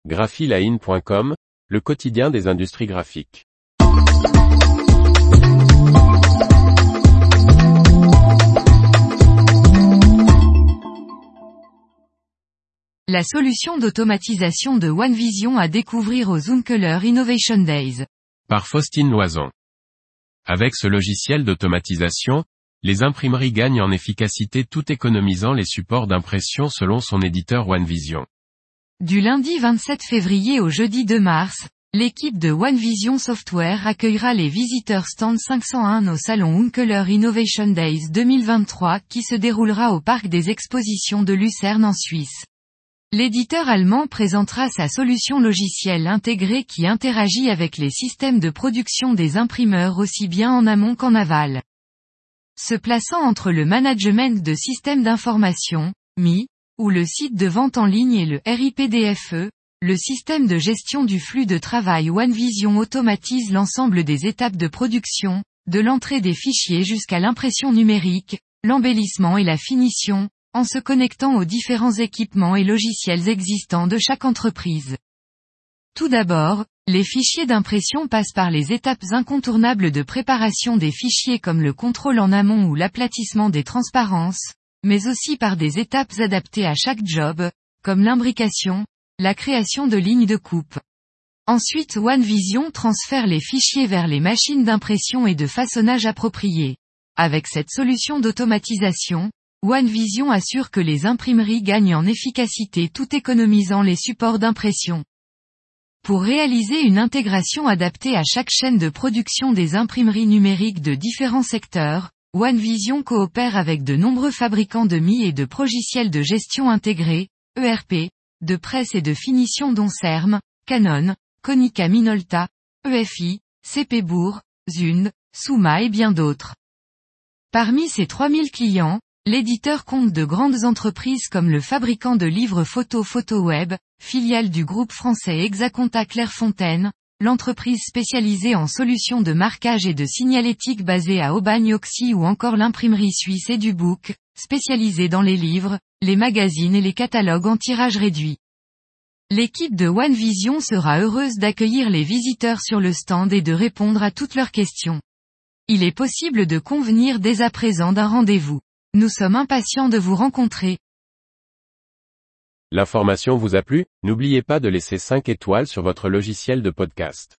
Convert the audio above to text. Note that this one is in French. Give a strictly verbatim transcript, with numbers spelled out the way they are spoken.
graphiline point com, le quotidien des industries graphiques. La solution d'automatisation de OneVision à découvrir aux Zunkeler Innovation Days. Par Faustine Loison. Avec ce logiciel d'automatisation, les imprimeries gagnent en efficacité tout économisant les supports d'impression selon son éditeur OneVision. Du lundi vingt-sept février au jeudi deux mars, l'équipe de OneVision Software accueillera les visiteurs stand cinq cent un au salon Zunkeler Innovation Days deux mille vingt-trois qui se déroulera au parc des expositions de Lucerne en Suisse. L'éditeur allemand présentera sa solution logicielle intégrée qui interagit avec les systèmes de production des imprimeurs aussi bien en amont qu'en aval. Se plaçant entre le management de systèmes d'information, M I, ou le site de vente en ligne et le R I P D F E, le système de gestion du flux de travail OneVision automatise l'ensemble des étapes de production, de l'entrée des fichiers jusqu'à l'impression numérique, l'embellissement et la finition, en se connectant aux différents équipements et logiciels existants de chaque entreprise. Tout d'abord, les fichiers d'impression passent par les étapes incontournables de préparation des fichiers comme le contrôle en amont ou l'aplatissement des transparences, mais aussi par des étapes adaptées à chaque job, comme l'imbrication, la création de lignes de coupe. Ensuite OneVision transfère les fichiers vers les machines d'impression et de façonnage appropriées. Avec cette solution d'automatisation, OneVision assure que les imprimeries gagnent en efficacité tout économisant les supports d'impression. Pour réaliser une intégration adaptée à chaque chaîne de production des imprimeries numériques de différents secteurs, OneVision coopère avec de nombreux fabricants de M I et de progiciels de gestion intégrés, E R P, de presse et de finition dont Cerm, Canon, Konica Minolta, E F I, C P Bourg, Zund, Suma et bien d'autres. Parmi ces trois mille clients, l'éditeur compte de grandes entreprises comme le fabricant de livres photo PhotoWeb, filiale du groupe français Hexaconta Clairefontaine, l'entreprise spécialisée en solutions de marquage et de signalétique basée à Aubagne-Auxy ou encore l'imprimerie suisse Edubook, spécialisée dans les livres, les magazines et les catalogues en tirage réduit. L'équipe de OneVision sera heureuse d'accueillir les visiteurs sur le stand et de répondre à toutes leurs questions. Il est possible de convenir dès à présent d'un rendez-vous. Nous sommes impatients de vous rencontrer. L'information vous a plu? N'oubliez pas de laisser cinq étoiles sur votre logiciel de podcast.